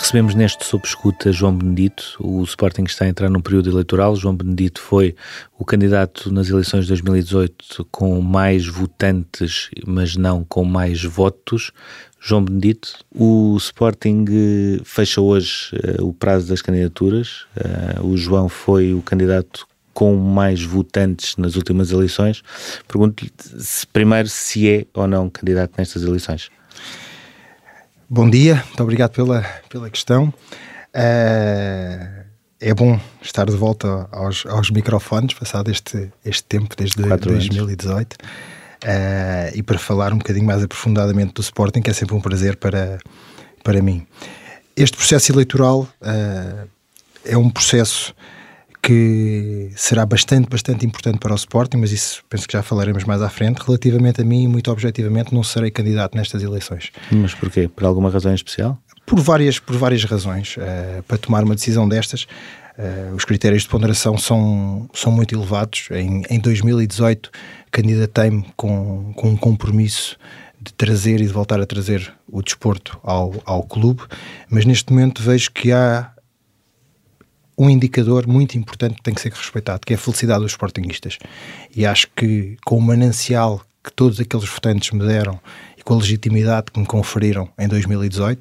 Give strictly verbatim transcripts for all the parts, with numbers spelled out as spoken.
Recebemos neste Sob Escuta João Benedito. O Sporting está a entrar num período eleitoral. João Benedito foi o candidato nas eleições de dois mil e dezoito com mais votantes, mas não com mais votos. João Benedito, o Sporting fecha hoje uh, o prazo das candidaturas. Uh, o João foi o candidato com mais votantes nas últimas eleições. Pergunto-lhe se, primeiro se é ou não candidato nestas eleições. Bom dia, muito obrigado pela, pela questão. Uh, é bom estar de volta aos, aos microfones, passado este, este tempo, desde dois mil e dezoito, uh, e para falar um bocadinho mais aprofundadamente do Sporting, que é sempre um prazer para, para mim. Este processo eleitoral uh, é um processo que será bastante, bastante importante para o Sporting, mas isso penso que já falaremos mais à frente. Relativamente a mim, muito objetivamente, não serei candidato nestas eleições. Mas porquê? Por alguma razão em especial? Por várias, por várias razões. Uh, para tomar uma decisão destas, uh, os critérios de ponderação são, são muito elevados. Em, em dois mil e dezoito, candidatei-me com, com um compromisso de trazer e de voltar a trazer o desporto ao, ao clube, mas neste momento vejo que há um indicador muito importante que tem que ser respeitado, que é a felicidade dos sportinguistas. E acho que com o manancial que todos aqueles votantes me deram e com a legitimidade que me conferiram em dois mil e dezoito,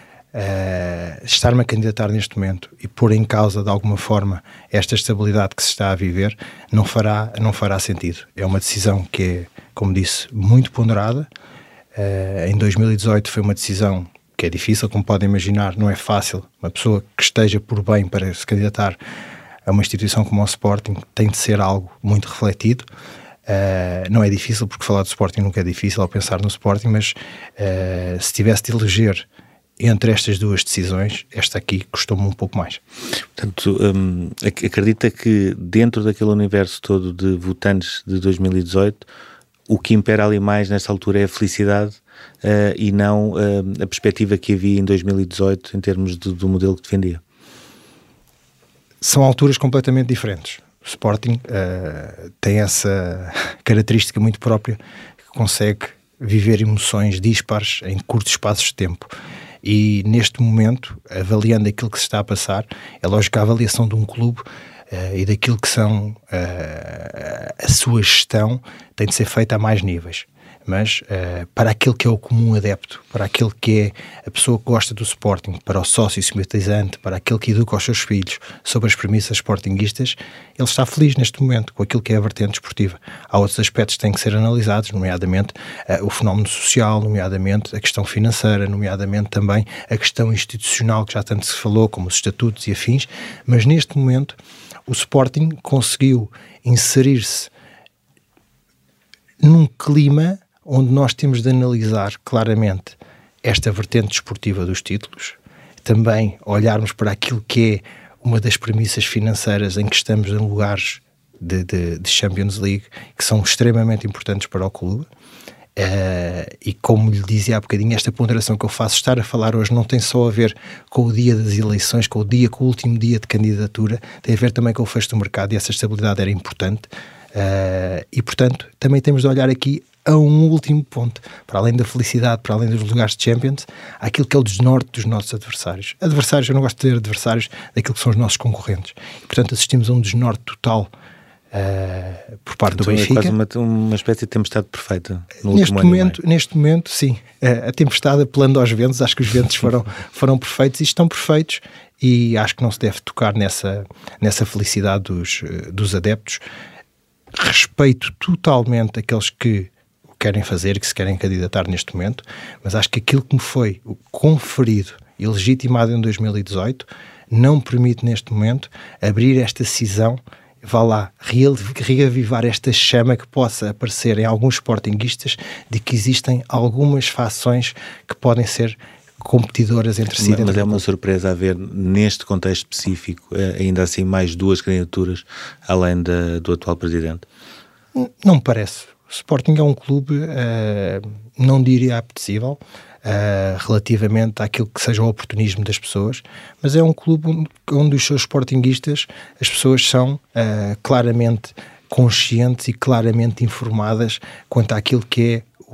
uh, estar-me a candidatar neste momento e pôr em causa de alguma forma esta estabilidade que se está a viver, não fará, não fará sentido. É uma decisão que é, como disse, muito ponderada. Uh, em dois mil e dezoito foi uma decisão que é difícil, como podem imaginar, não é fácil. Uma pessoa que esteja por bem para se candidatar a uma instituição como o Sporting tem de ser algo muito refletido. Uh, não é difícil, porque falar do Sporting nunca é difícil ao pensar no Sporting, mas uh, se tivesse de eleger entre estas duas decisões, esta aqui custou-me um pouco mais. Portanto, um, acredita que dentro daquele universo todo de votantes de dois mil e dezoito, o que impera ali mais nesta altura é a felicidade uh, e não uh, a perspectiva que havia em dois mil e dezoito em termos de, do modelo que defendia? São alturas completamente diferentes. O Sporting uh, tem essa característica muito própria, que consegue viver emoções dispares em curtos espaços de tempo. E neste momento, avaliando aquilo que se está a passar, é lógico que a avaliação de um clube Uh, e daquilo que são uh, a sua gestão tem de ser feita a mais níveis, mas uh, para aquele que é o comum adepto, para aquele que é a pessoa que gosta do Sporting, para o sócio simpatizante, para aquele que educa os seus filhos sobre as premissas sportinguistas, ele está feliz neste momento com aquilo que é a vertente desportiva. Há outros aspectos que têm que ser analisados, nomeadamente uh, o fenómeno social, nomeadamente a questão financeira, nomeadamente também a questão institucional, que já tanto se falou, como os estatutos e afins, mas neste momento o Sporting conseguiu inserir-se num clima onde nós temos de analisar claramente esta vertente desportiva dos títulos, também olharmos para aquilo que é uma das premissas financeiras em que estamos em lugares de, de, de Champions League, que são extremamente importantes para o clube. Uh, e como lhe dizia há bocadinho, esta ponderação que eu faço, estar a falar hoje, não tem só a ver com o dia das eleições, com o dia, com o último dia de candidatura, tem a ver também com o fecho do mercado, e essa estabilidade era importante. Uh, e portanto também temos de olhar aqui a um último ponto, para além da felicidade, para além dos lugares de Champions, aquilo que é o desnorte dos nossos adversários. Adversários, eu não gosto de ter adversários daquilo que são os nossos concorrentes, e portanto assistimos a um desnorte total Uh, por parte então do Benfica. É quase uma, uma espécie de tempestade perfeita no neste último momento, ano. Neste momento, sim. Uh, a tempestade apelando aos ventos, acho que os ventos foram, foram perfeitos e estão perfeitos, e acho que não se deve tocar nessa, nessa felicidade dos, uh, dos adeptos. Respeito totalmente aqueles que o querem fazer, que se querem candidatar neste momento, mas acho que aquilo que me foi conferido e legitimado em dois mil e dezoito não permite neste momento abrir esta cisão, vá lá, reavivar esta chama que possa aparecer em alguns sportinguistas de que existem algumas fações que podem ser competidoras entre si. Mas, mas é uma surpresa haver, neste contexto específico, ainda assim mais duas candidaturas além da, do atual presidente? Não me parece. O Sporting é um clube, uh, não diria apetecível, Uh, relativamente àquilo que seja o oportunismo das pessoas, mas é um clube onde os seus sportinguistas, as pessoas são uh, claramente conscientes e claramente informadas quanto àquilo que é o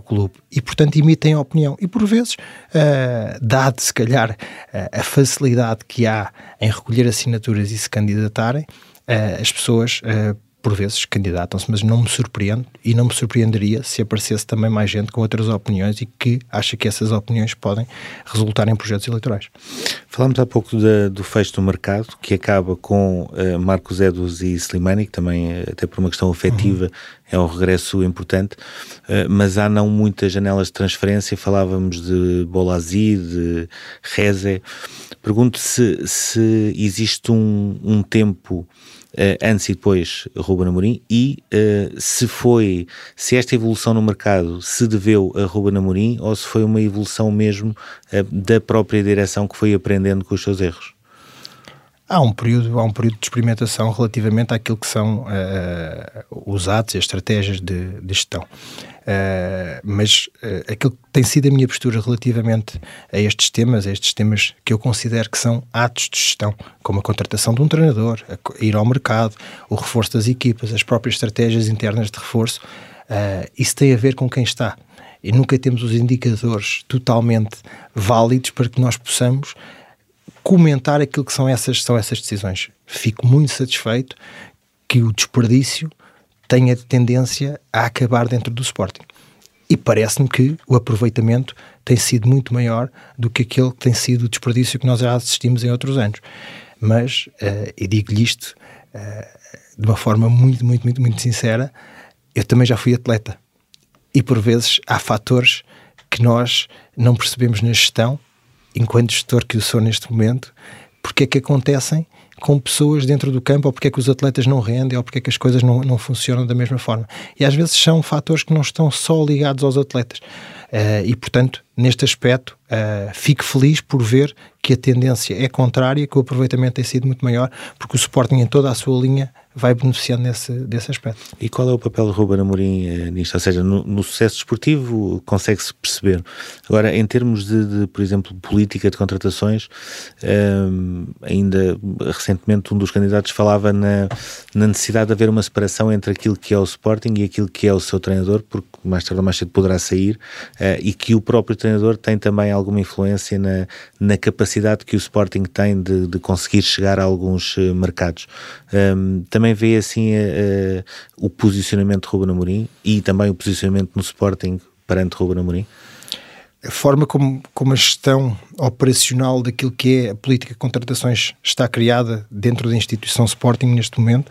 clube e, portanto, emitem opinião. E, por vezes, uh, dado, se calhar, uh, a facilidade que há em recolher assinaturas e se candidatarem, uh, as pessoas... Uh, por vezes candidatam-se, mas não me surpreende e não me surpreenderia se aparecesse também mais gente com outras opiniões e que acha que essas opiniões podem resultar em projetos eleitorais. Falámos há pouco da, do fecho do mercado, que acaba com uh, Marcos Edos e Slimani, que também, até por uma questão afetiva, uhum. é um regresso importante, uh, mas há não muitas janelas de transferência. Falávamos de Bolasie, de Reze. Pergunto se, se existe um, um tempo Uh, antes e depois Ruben Amorim e uh, se foi, se esta evolução no mercado se deveu a Ruben Amorim ou se foi uma evolução mesmo uh, da própria direção que foi aprendendo com os seus erros. Há um período, há um período de experimentação relativamente àquilo que são uh, os atos e as estratégias de, de gestão. Uh, mas uh, aquilo que tem sido a minha postura relativamente a estes temas, a estes temas que eu considero que são atos de gestão, como a contratação de um treinador, a ir ao mercado, o reforço das equipas, as próprias estratégias internas de reforço, uh, isso tem a ver com quem está. E nunca temos os indicadores totalmente válidos para que nós possamos comentar aquilo que são essas, são essas decisões. Fico muito satisfeito que o desperdício tenha tendência a acabar dentro do Sporting. E parece-me que o aproveitamento tem sido muito maior do que aquele que tem sido o desperdício que nós já assistimos em outros anos. Mas, uh, e digo-lhe isto uh, de uma forma muito, muito, muito, muito sincera, eu também já fui atleta. E por vezes há fatores que nós não percebemos na gestão, enquanto gestor que eu sou neste momento, porque é que acontecem com pessoas dentro do campo, ou porque é que os atletas não rendem, ou porque é que as coisas não, não funcionam da mesma forma. E às vezes são fatores que não estão só ligados aos atletas. Uh, e, portanto, neste aspecto, uh, fico feliz por ver que a tendência é contrária, que o aproveitamento tem sido muito maior, porque o Sporting em toda a sua linha vai beneficiando nesse, desse aspecto. E qual é o papel de Ruben Amorim eh, nisto? Ou seja, no, no sucesso desportivo consegue-se perceber. Agora, em termos de, de por exemplo, política de contratações, um, ainda recentemente um dos candidatos falava na, na necessidade de haver uma separação entre aquilo que é o Sporting e aquilo que é o seu treinador, porque mais tarde ou mais cedo poderá sair, uh, e que o próprio treinador tem também alguma influência na, na capacidade que o Sporting tem de, de conseguir chegar a alguns uh, mercados. Um, também vê assim uh, uh, o posicionamento de Ruben Amorim e também o posicionamento no Sporting perante Ruben Amorim? A forma como, como a gestão operacional daquilo que é a política de contratações está criada dentro da instituição Sporting neste momento,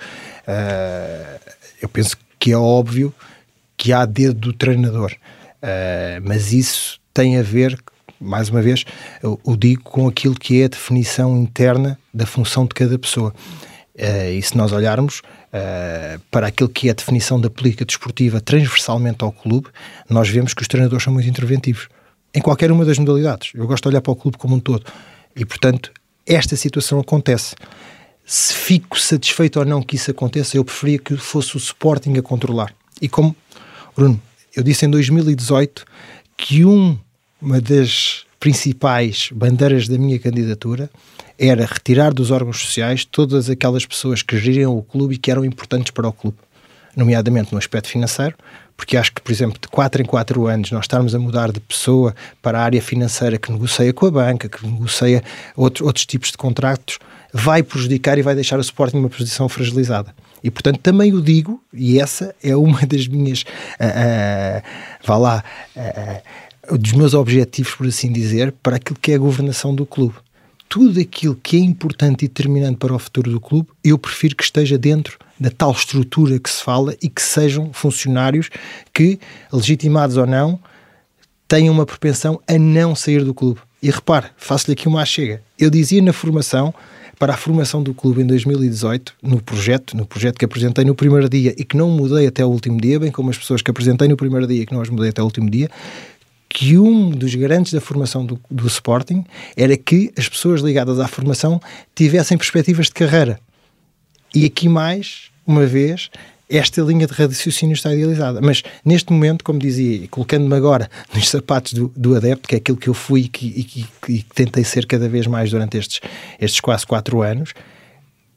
uh, eu penso que é óbvio que há dedo do treinador, uh, mas isso tem a ver, mais uma vez, eu, eu digo com aquilo que é a definição interna da função de cada pessoa. Uh, e se nós olharmos uh, para aquilo que é a definição da política desportiva transversalmente ao clube, nós vemos que os treinadores são muito interventivos em qualquer uma das modalidades. Eu gosto de olhar para o clube como um todo e, portanto, esta situação acontece. Se fico satisfeito ou não que isso aconteça, eu preferia que fosse o Sporting a controlar. E como, Bruno, eu disse em dois mil e dezoito que um, uma das principais bandeiras da minha candidatura era retirar dos órgãos sociais todas aquelas pessoas que geriam o clube e que eram importantes para o clube, nomeadamente no aspecto financeiro, porque acho que, por exemplo, de quatro em quatro anos nós estarmos a mudar de pessoa para a área financeira que negocia com a banca, que negocia outro, outros tipos de contratos, vai prejudicar e vai deixar o Sporting numa posição fragilizada. E, portanto, também o digo, e essa é uma das minhas, uh, uh, vá lá, uh, uh, dos meus objetivos, por assim dizer, para aquilo que é a governação do clube. Tudo aquilo que é importante e determinante para o futuro do clube, eu prefiro que esteja dentro da tal estrutura que se fala e que sejam funcionários que, legitimados ou não, tenham uma propensão a não sair do clube. E repare, faço-lhe aqui uma achega. Eu dizia na formação, para a formação do clube em dois mil e dezoito, no projeto, no projeto que apresentei no primeiro dia e que não mudei até o último dia, bem como as pessoas que apresentei no primeiro dia e que não as mudei até o último dia, que um dos garantes da formação do, do Sporting era que as pessoas ligadas à formação tivessem perspectivas de carreira. E aqui mais, uma vez, esta linha de raciocínio está idealizada. Mas neste momento, como dizia, colocando-me agora nos sapatos do, do adepto, que é aquilo que eu fui e que, e, que, e que tentei ser cada vez mais durante estes, estes quase quatro anos,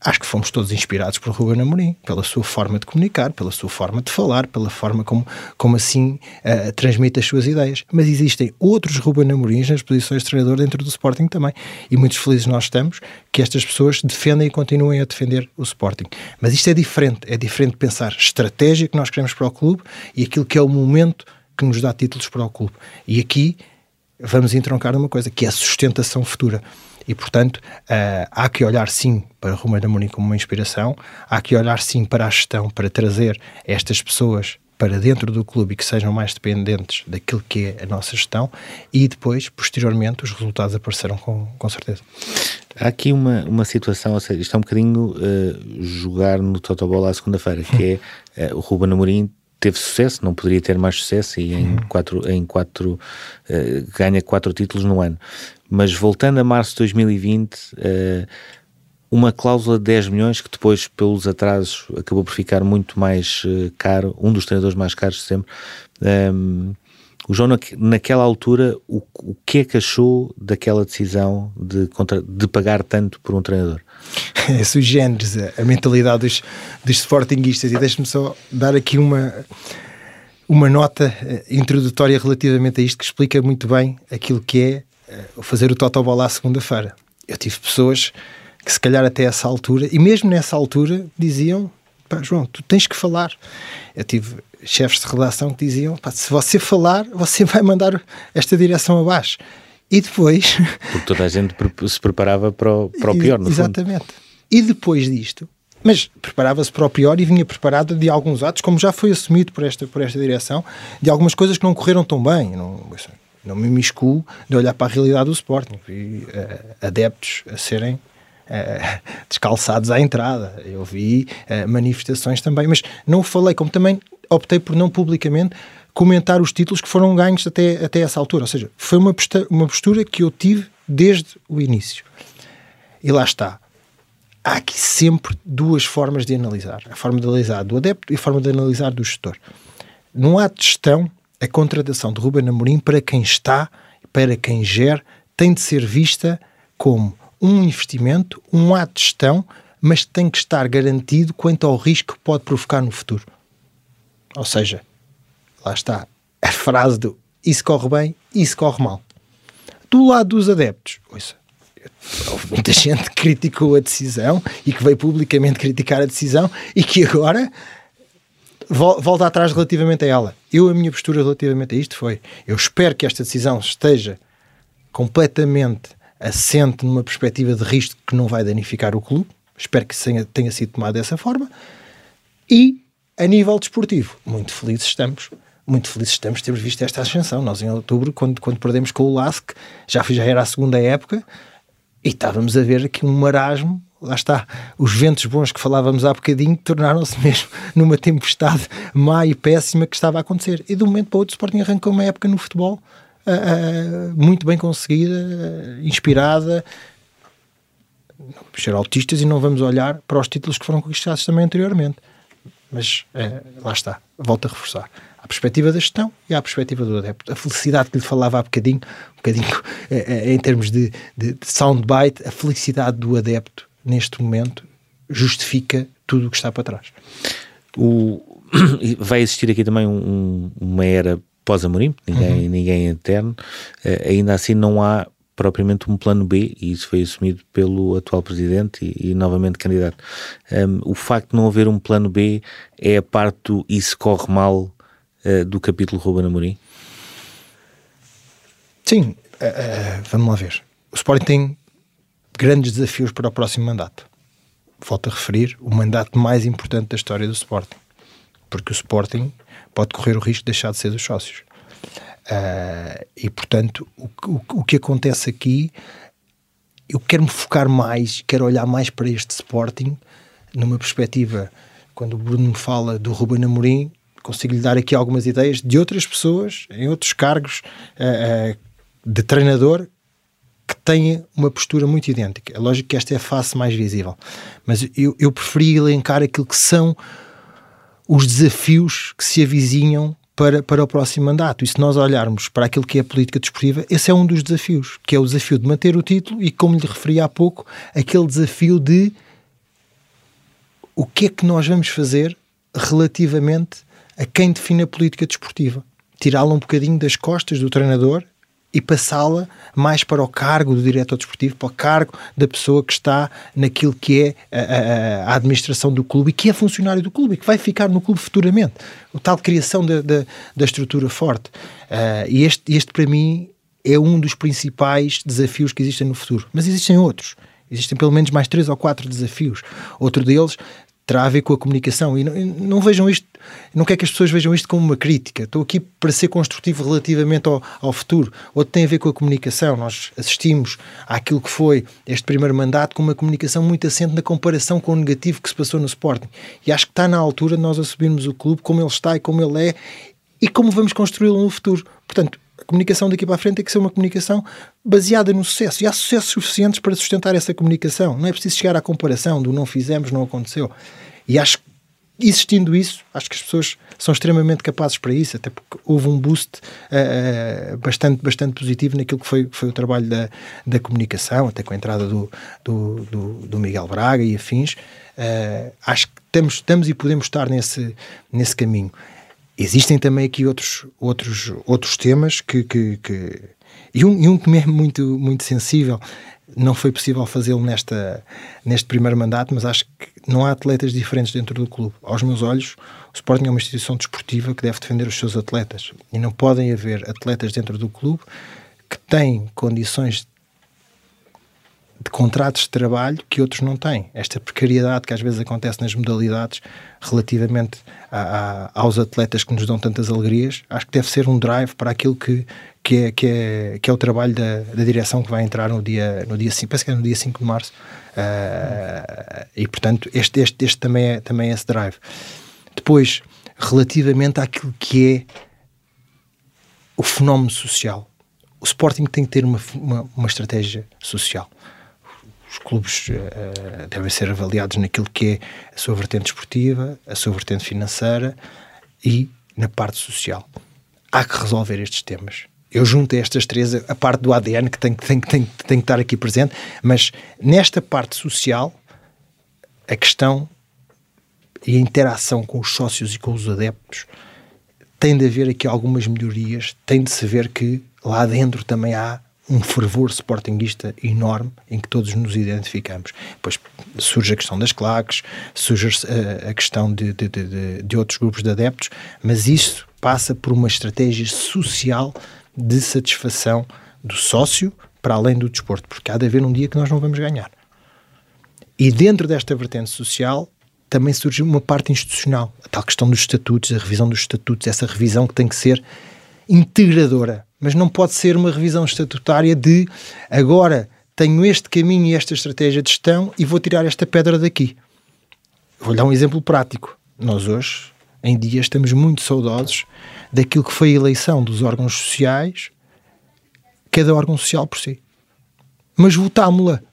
acho que fomos todos inspirados por Ruben Amorim, pela sua forma de comunicar, pela sua forma de falar, pela forma como, como assim uh, transmite as suas ideias. Mas existem outros Ruben Amorins nas posições de treinador dentro do Sporting também. E muitos felizes nós estamos que estas pessoas defendem e continuem a defender o Sporting. Mas isto é diferente. É diferente pensar estratégia que nós queremos para o clube e aquilo que é o momento que nos dá títulos para o clube. E aqui vamos entroncar numa coisa, que é a sustentação futura. E, portanto, uh, há que olhar sim para Ruben Amorim como uma inspiração, há que olhar sim para a gestão, para trazer estas pessoas para dentro do clube e que sejam mais dependentes daquilo que é a nossa gestão, e depois, posteriormente, os resultados aparecerão com, com certeza. Há aqui uma, uma situação, ou seja, isto é um bocadinho uh, jogar no Totobola à segunda-feira, que é uh, o Ruben Amorim teve sucesso, não poderia ter mais sucesso e em quatro, em quatro uh, ganha quatro títulos no ano. Mas voltando a março de dois mil e vinte, uh, uma cláusula de dez milhões que depois, pelos atrasos, acabou por ficar muito mais uh, caro, um dos treinadores mais caros de sempre. Um, o João, naquela altura, o, o que é que achou daquela decisão de, contra, de pagar tanto por um treinador? É sui generis a, a mentalidade dos, dos sportinguistas, e deixe-me só dar aqui uma... uma nota uh, introdutória relativamente a isto que explica muito bem aquilo que é uh, fazer o Totobola à segunda-feira. Eu tive pessoas que se calhar até essa altura, e mesmo nessa altura, diziam: pá, João, tu tens que falar. Eu tive chefes de redação que diziam: pá, se você falar, você vai mandar esta direção abaixo. E depois... Porque toda a gente se preparava para o, para o pior, no Exatamente. fundo. E depois disto... Mas preparava-se para o pior e vinha preparada de alguns atos, como já foi assumido por esta, por esta direção, de algumas coisas que não correram tão bem. Não, não me imiscuo de olhar para a realidade do Sporting. Vi uh, adeptos a serem uh, descalçados à entrada. Eu vi uh, manifestações também, mas não o falei, como também optei por não publicamente comentar os títulos que foram ganhos até, até essa altura. Ou seja, foi uma postura, uma postura que eu tive desde o início. E lá está. Há aqui sempre duas formas de analisar. A forma de analisar do adepto e a forma de analisar do gestor. No ato de gestão, a contratação de Ruben Amorim, para quem está, para quem gera, tem de ser vista como um investimento, um ato de gestão, mas tem que estar garantido quanto ao risco que pode provocar no futuro. Ou seja, lá está a frase do isso corre bem, isso corre mal. Do lado dos adeptos, ouça, houve muita gente que criticou a decisão e que veio publicamente criticar a decisão e que agora volta atrás relativamente a ela. Eu, a minha postura relativamente a isto foi: eu espero que esta decisão esteja completamente assente numa perspectiva de risco que não vai danificar o clube. Espero que tenha, tenha sido tomado dessa forma. E, a nível desportivo, muito felizes estamos. Muito felizes estamos de termos visto esta ascensão. Nós, em outubro, quando, quando perdemos com o Lask, já, já era a segunda época, e estávamos a ver aqui um marasmo. Lá está, os ventos bons que falávamos há bocadinho tornaram-se mesmo numa tempestade má e péssima que estava a acontecer. E de um momento para o outro o Sporting arrancou uma época no futebol uh, uh, muito bem conseguida, uh, inspirada. Não vamos ser autistas e não vamos olhar para os títulos que foram conquistados também anteriormente. Mas uh, lá está, volto a reforçar. A perspectiva da gestão e a perspectiva do adepto. A felicidade que lhe falava há bocadinho, um bocadinho uh, em termos de, de, de soundbite, a felicidade do adepto neste momento justifica tudo o que está para trás. O... Vai existir aqui também um, uma era pós-Amorim, ninguém, uhum. ninguém é eterno, uh, ainda assim não há propriamente um plano B, e isso foi assumido pelo atual presidente e, e novamente candidato. Um, o facto de não haver um plano B é a parte do isso corre mal uh, do capítulo Ruben Amorim? Sim, uh, uh, vamos lá ver. O Sporting tem grandes desafios para o próximo mandato. Volto a referir, o mandato mais importante da história do Sporting, porque o Sporting pode correr o risco de deixar de ser dos sócios. Uh, e portanto o, o, o que acontece aqui, eu quero me focar mais, quero olhar mais para este Sporting numa perspectiva. Quando o Bruno me fala do Ruben Amorim, consigo lhe dar aqui algumas ideias de outras pessoas em outros cargos uh, uh, de treinador que tenha uma postura muito idêntica. É lógico que esta é a face mais visível, mas eu, eu preferi elencar aquilo que são os desafios que se avizinham para, para o próximo mandato. E se nós olharmos para aquilo que é a política desportiva, esse é um dos desafios, que é o desafio de manter o título e, como lhe referi há pouco, aquele desafio de o que é que nós vamos fazer relativamente a quem define a política desportiva. Tirá-la um bocadinho das costas do treinador e passá-la mais para o cargo do diretor desportivo, para o cargo da pessoa que está naquilo que é a, a, a administração do clube e que é funcionário do clube e que vai ficar no clube futuramente. A tal criação da, da, da estrutura forte. Uh, e este, este, para mim, é um dos principais desafios que existem no futuro. Mas existem outros. Existem pelo menos mais três ou quatro desafios. Outro deles terá a ver com a comunicação. E não, não vejam isto, não quero que as pessoas vejam isto como uma crítica. Estou aqui para ser construtivo relativamente ao, ao futuro. Outro tem a ver com a comunicação. Nós assistimos àquilo que foi este primeiro mandato com uma comunicação muito assente na comparação com o negativo que se passou no Sporting. E acho que está na altura de nós assumirmos o clube como ele está e como ele é e como vamos construí-lo no futuro. Portanto, a comunicação daqui para a frente tem que ser uma comunicação baseada no sucesso. E há sucessos suficientes para sustentar essa comunicação. Não é preciso chegar à comparação do não fizemos, não aconteceu. E acho que, existindo isso, acho que as pessoas são extremamente capazes para isso, até porque houve um boost uh, bastante, bastante positivo naquilo que foi, foi o trabalho da, da comunicação, até com a entrada do, do, do, do Miguel Braga e afins. Uh, acho que estamos, estamos e podemos estar nesse, nesse caminho. Existem também aqui outros, outros, outros temas que, que, que e, um, e um que me é muito, muito sensível. Não foi possível fazê-lo nesta, neste primeiro mandato, mas acho que não há atletas diferentes dentro do clube. Aos meus olhos, o Sporting é uma instituição desportiva que deve defender os seus atletas. E não podem haver atletas dentro do clube que têm condições de contratos de trabalho que outros não têm. Esta precariedade que às vezes acontece nas modalidades relativamente a, a, aos atletas que nos dão tantas alegrias, acho que deve ser um drive para aquilo que, que, é, que, é, que é o trabalho da, da direção que vai entrar no dia, no dia cinco, parece que é no dia cinco de março. Uh, e portanto este, este, este também, é, também é esse drive. Depois, relativamente àquilo que é o fenómeno social, o Sporting tem que ter uma, uma, uma estratégia social. Os clubes uh, devem ser avaliados naquilo que é a sua vertente esportiva, a sua vertente financeira e na parte social. Há que resolver estes temas. Eu junto a estas três a parte do A D N que tem, tem, tem, tem que estar aqui presente, mas nesta parte social, a questão e a interação com os sócios e com os adeptos tem de haver aqui algumas melhorias, tem de se ver que lá dentro também há um fervor sportinguista enorme em que todos nos identificamos. Depois surge a questão das claques, surge a, a questão de, de, de, de outros grupos de adeptos, mas isso passa por uma estratégia social de satisfação do sócio para além do desporto, porque há de haver um dia que nós não vamos ganhar. E dentro desta vertente social também surge uma parte institucional, a tal questão dos estatutos, a revisão dos estatutos, essa revisão que tem que ser integradora, mas não pode ser uma revisão estatutária de agora tenho este caminho e esta estratégia de gestão e vou tirar esta pedra daqui. Vou-lhe dar um exemplo prático. Nós hoje, em dia, estamos muito saudosos daquilo que foi a eleição dos órgãos sociais, cada órgão social por si. Mas votámo-la.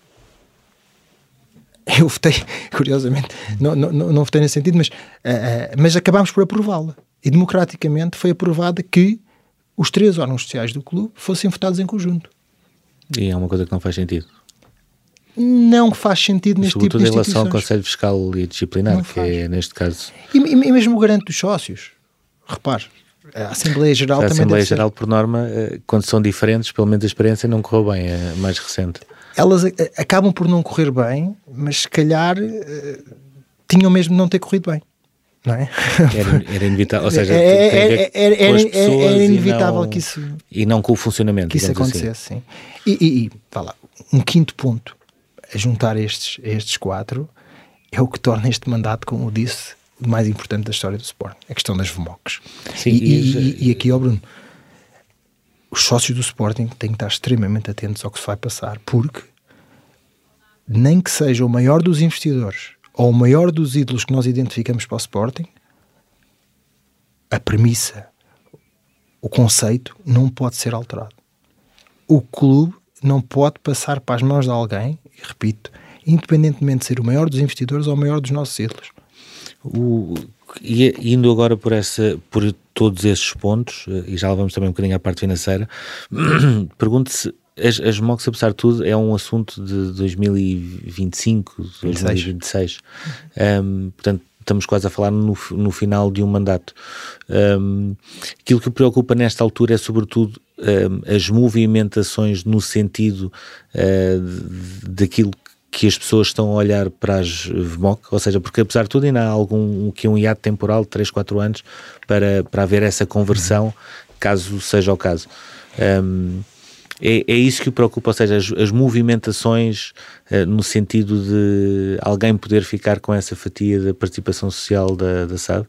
Eu votei, curiosamente, não, não, não votei nesse sentido, mas, uh, uh, mas acabámos por aprová-la. E democraticamente foi aprovada que os três órgãos sociais do clube fossem votados em conjunto. E é uma coisa que não faz sentido. Não faz sentido neste tipo de instituições. Sobretudo em relação ao Conselho Fiscal e Disciplinar, não que faz. É neste caso... E, e mesmo o garante dos sócios. Repare, a Assembleia Geral a também Assembleia deve Geral, ser. por norma, quando são diferentes, pelo menos a experiência não correu bem, é mais recente. Elas acabam por não correr bem, mas se calhar uh, tinham mesmo de não ter corrido bem. Não é? Era, era inevitável, ou seja, é, tem a ver era, com as pessoas era inevitável e não, que isso e não com o funcionamento, que isso acontecesse, assim. sim. E, e, e vá lá, um quinto ponto a juntar estes, estes quatro é o que torna este mandato, como eu disse, o mais importante da história do Sporting, a questão das V M O Cs. Sim, e, e, e, e aqui, ó Bruno, os sócios do Sporting têm que estar extremamente atentos ao que se vai passar, porque nem que seja o maior dos investidores ou o maior dos ídolos que nós identificamos para o Sporting, a premissa, o conceito não pode ser alterado. O clube não pode passar para as mãos de alguém, e repito, independentemente de ser o maior dos investidores ou o maior dos nossos ídolos. O, e indo agora por, essa, por todos esses pontos, e já lá vamos também um bocadinho à parte financeira, pergunto-se as, as M O Cs, apesar de tudo, é um assunto de dois mil e vinte e cinco, dois mil e vinte e seis. Um, portanto, estamos quase a falar no, no final de um mandato. Um, aquilo que preocupa nesta altura é, sobretudo, um, as movimentações no sentido uh, daquilo que as pessoas estão a olhar para as V M O C, ou seja, porque apesar de tudo ainda há algum, que um hiato temporal de três, quatro anos para, para haver essa conversão, caso seja o caso. Um, é, é isso que o preocupa, ou seja, as, as movimentações uh, no sentido de alguém poder ficar com essa fatia da participação social da, da S A D?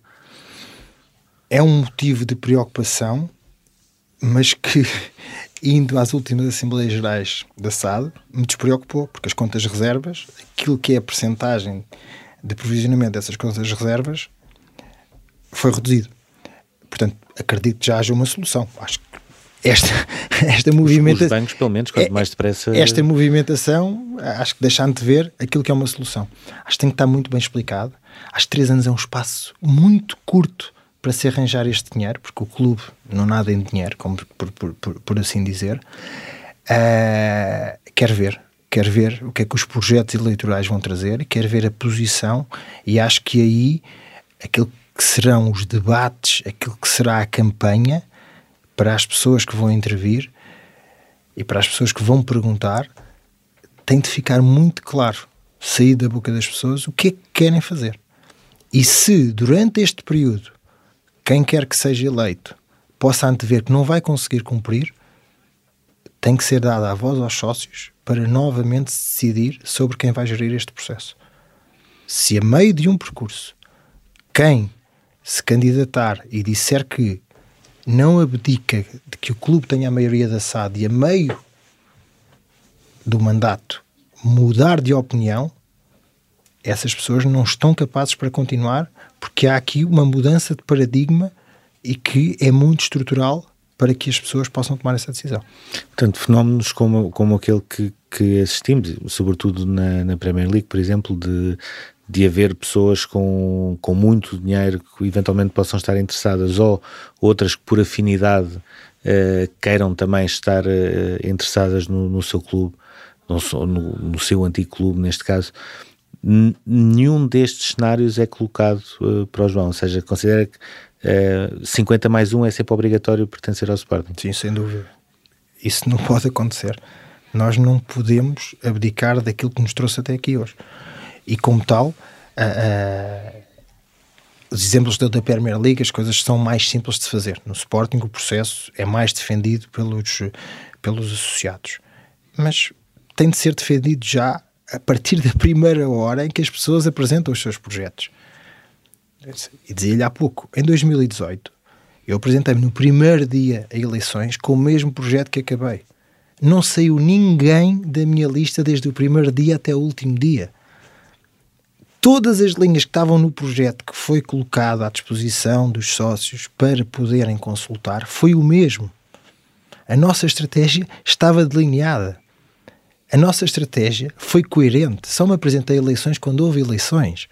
É um motivo de preocupação, mas que, indo às últimas Assembleias Gerais da S A D, me despreocupou, porque as contas de reservas, aquilo que é a percentagem de provisionamento dessas contas de reservas, foi reduzido. Portanto, acredito que já haja uma solução. Acho que esta, esta movimentação... Os bancos, pelo menos, quanto mais depressa... Esta movimentação, acho que deixando de ver aquilo que é uma solução. Acho que tem que estar muito bem explicado. Acho que três anos é um espaço muito curto para se arranjar este dinheiro, porque o clube não nada em dinheiro, como por, por, por, por assim dizer. Uh, quero ver. Quero ver o que é que os projetos eleitorais vão trazer, quero ver a posição, e acho que aí aquilo que serão os debates, aquilo que será a campanha, para as pessoas que vão intervir e para as pessoas que vão perguntar, tem de ficar muito claro, sair da boca das pessoas, o que é que querem fazer. E se durante este período quem quer que seja eleito possa antever que não vai conseguir cumprir, tem que ser dada a voz aos sócios para novamente se decidir sobre quem vai gerir este processo. Se a meio de um percurso quem se candidatar e disser que não abdica de que o clube tenha a maioria da S A D e a meio do mandato mudar de opinião, essas pessoas não estão capazes para continuar, porque há aqui uma mudança de paradigma e que é muito estrutural para que as pessoas possam tomar essa decisão. Portanto, fenómenos como, como aquele que, que assistimos, sobretudo na, na Premier League, por exemplo, de, de haver pessoas com, com muito dinheiro que eventualmente possam estar interessadas, ou outras que por afinidade uh, queiram também estar uh, interessadas no, no seu clube, no, no, no seu antigo clube, neste caso. N- nenhum destes cenários é colocado uh, para o João, ou seja, considera que uh, cinquenta mais um é sempre obrigatório pertencer ao Sporting. Sim, sem dúvida. Isso não pode acontecer. Nós não podemos abdicar daquilo que nos trouxe até aqui hoje. E como tal, uh, uh, os exemplos da Premier League, as coisas são mais simples de se fazer. No Sporting o processo é mais defendido pelos, pelos associados. Mas tem de ser defendido já a partir da primeira hora em que as pessoas apresentam os seus projetos. E dizia-lhe há pouco, em dois mil e dezoito, eu apresentei-me no primeiro dia a eleições com o mesmo projeto que acabei. Não saiu ninguém da minha lista desde o primeiro dia até o último dia. Todas as linhas que estavam no projeto que foi colocado à disposição dos sócios para poderem consultar foi o mesmo. A nossa estratégia estava delineada. A nossa estratégia foi coerente. Só me apresentei eleições quando houve eleições.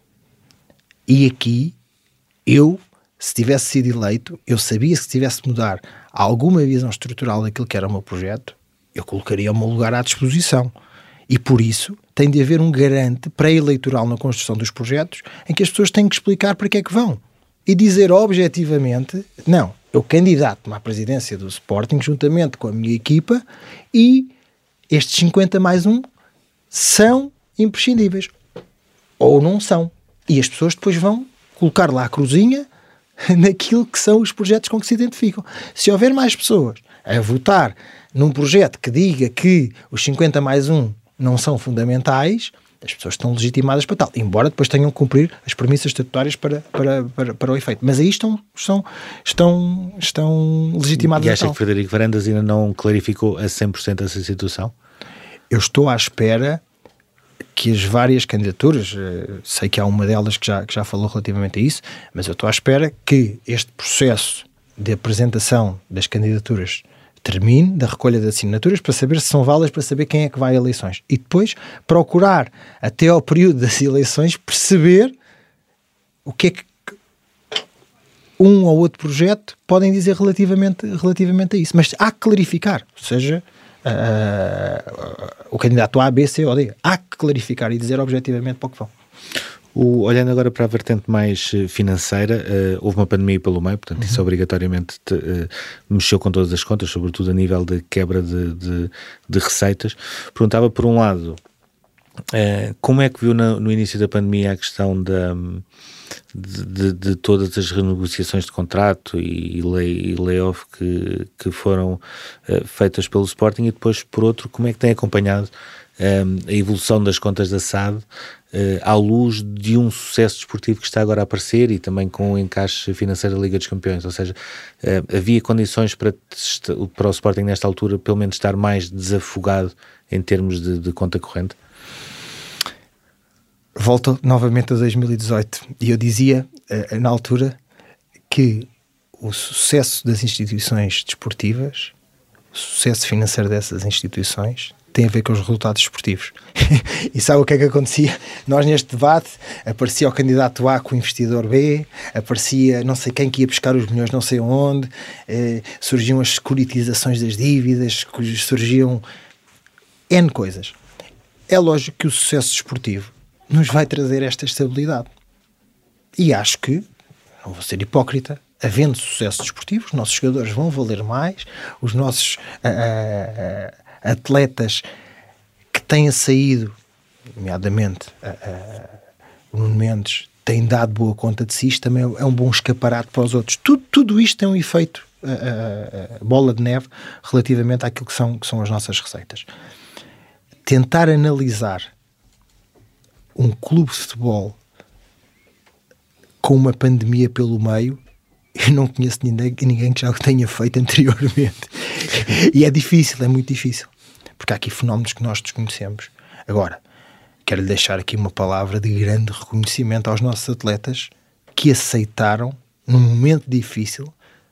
E aqui, eu, se tivesse sido eleito, eu sabia que se tivesse de mudar alguma visão estrutural daquilo que era o meu projeto, eu colocaria o meu lugar à disposição. E por isso tem de haver um garante pré-eleitoral na construção dos projetos em que as pessoas têm que explicar para que é que vão. E dizer objetivamente, não, eu candidato-me à presidência do Sporting juntamente com a minha equipa e estes cinquenta mais um são imprescindíveis. Ou não são. E as pessoas depois vão colocar lá a cruzinha naquilo que são os projetos com que se identificam. Se houver mais pessoas a votar num projeto que diga que os cinquenta mais um não são fundamentais, as pessoas estão legitimadas para tal, embora depois tenham que cumprir as premissas estatutárias para, para, para, para o efeito. Mas aí estão, estão, estão, estão legitimadas. E acha que Frederico Varandas ainda não clarificou a cem por cento essa situação? Eu estou à espera que as várias candidaturas, sei que há uma delas que já, que já falou relativamente a isso, mas eu estou à espera que este processo de apresentação das candidaturas termine, da recolha de assinaturas, para saber se são válidas, para saber quem é que vai a eleições. E depois procurar, até ao período das eleições, perceber o que é que um ou outro projeto podem dizer relativamente, relativamente a isso. Mas há que clarificar, ou seja, uh, o candidato A, B, C ou D. Há que clarificar e dizer objetivamente para o que vão. O, olhando agora para a vertente mais financeira, uh, houve uma pandemia pelo meio, portanto, uhum. isso obrigatoriamente te, uh, mexeu com todas as contas, sobretudo a nível de quebra de, de, de receitas. Perguntava, por um lado, uh, como é que viu na, no início da pandemia a questão da, de, de, de todas as renegociações de contrato e, e, lay, e layoff que, que foram uh, feitas pelo Sporting, e depois, por outro, como é que tem acompanhado um, a evolução das contas da S A D Uh, à luz de um sucesso desportivo que está agora a aparecer e também com o encaixe financeiro da Liga dos Campeões, ou seja, uh, havia condições para, para o Sporting nesta altura pelo menos estar mais desafogado em termos de, de conta corrente? Volto novamente a dois mil e dezoito e eu dizia uh, na altura que o sucesso das instituições desportivas, o sucesso financeiro dessas instituições tem a ver com os resultados esportivos. E sabe o que é que acontecia? Nós neste debate aparecia o candidato A com o investidor B, aparecia não sei quem que ia buscar os milhões não sei onde, eh, surgiam as securitizações das dívidas, surgiam N coisas. É lógico que o sucesso desportivo nos vai trazer esta estabilidade. E acho que, não vou ser hipócrita, havendo sucesso desportivo, os nossos jogadores vão valer mais, os nossos uh, uh, atletas que têm saído, nomeadamente uh, uh, o Nuno Mendes, têm dado boa conta de si, isto também é um bom escaparate para os outros. Tudo, tudo isto tem um efeito uh, uh, bola de neve relativamente àquilo que são, que são as nossas receitas. Tentar analisar um clube de futebol com uma pandemia pelo meio, eu não conheço ninguém, ninguém que já o tenha feito anteriormente. E é difícil, é muito difícil. Porque há aqui fenómenos que nós desconhecemos. Agora, quero-lhe deixar aqui uma palavra de grande reconhecimento aos nossos atletas que aceitaram, num momento difícil,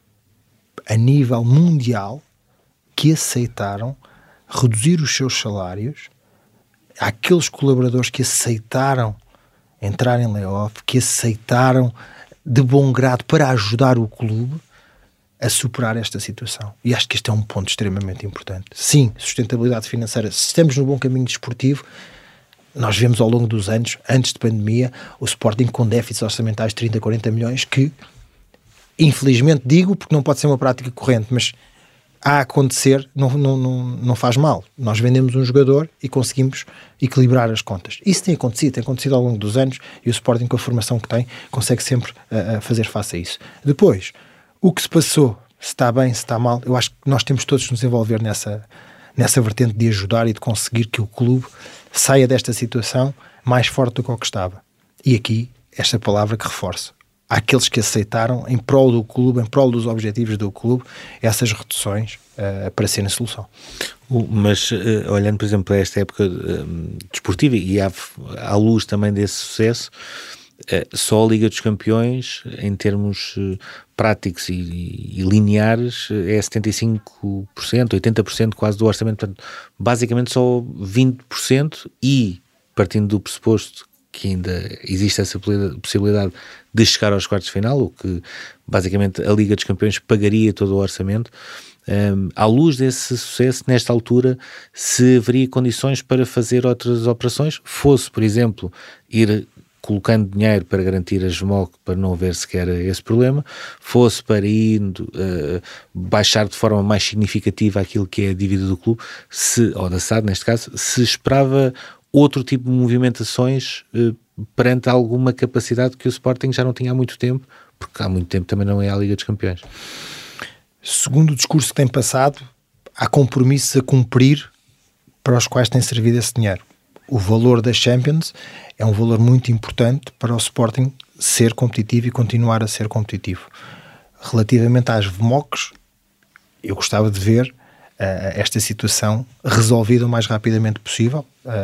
a nível mundial, que aceitaram reduzir os seus salários. Há aqueles colaboradores que aceitaram entrar em layoff, que aceitaram de bom grado para ajudar o clube a superar esta situação. E acho que este é um ponto extremamente importante. Sim, sustentabilidade financeira. Se estamos no bom caminho desportivo, nós vemos ao longo dos anos, antes de pandemia, o Sporting com déficits orçamentais de trinta, quarenta milhões, que, infelizmente digo, porque não pode ser uma prática corrente, mas a acontecer não, não, não, não faz mal. Nós vendemos um jogador e conseguimos equilibrar as contas. Isso tem acontecido, tem acontecido ao longo dos anos, e o Sporting, com a formação que tem, consegue sempre uh, fazer face a isso. Depois, o que se passou, se está bem, se está mal, eu acho que nós temos todos de nos envolver nessa, nessa vertente de ajudar e de conseguir que o clube saia desta situação mais forte do que o que estava. E aqui, esta palavra que reforço. Há aqueles que aceitaram, em prol do clube, em prol dos objetivos do clube, essas reduções uh, para serem solução. Mas, uh, olhando, por exemplo, para esta época uh, desportiva e à, à luz também desse sucesso, uh, só a Liga dos Campeões, em termos uh, práticos e, e, e lineares, é setenta e cinco por cento, oitenta por cento quase do orçamento. Portanto, basicamente só vinte por cento, e partindo do pressuposto que ainda existe essa possibilidade de chegar aos quartos de final, o que basicamente a Liga dos Campeões pagaria todo o orçamento. Um, à luz desse sucesso, nesta altura, se haveria condições para fazer outras operações, fosse, por exemplo, ir colocando dinheiro para garantir a S M O C para não haver sequer esse problema, fosse para ir uh, baixar de forma mais significativa aquilo que é a dívida do clube, se, ou da S A D neste caso, se esperava outro tipo de movimentações uh, perante alguma capacidade que o Sporting já não tinha há muito tempo, porque há muito tempo também não é a Liga dos Campeões. Segundo o discurso que tem passado, há compromissos a cumprir para os quais tem servido esse dinheiro. O valor das Champions é um valor muito importante para o Sporting ser competitivo e continuar a ser competitivo. Relativamente às V M O Cs, eu gostava de ver Uh, esta situação resolvida o mais rapidamente possível,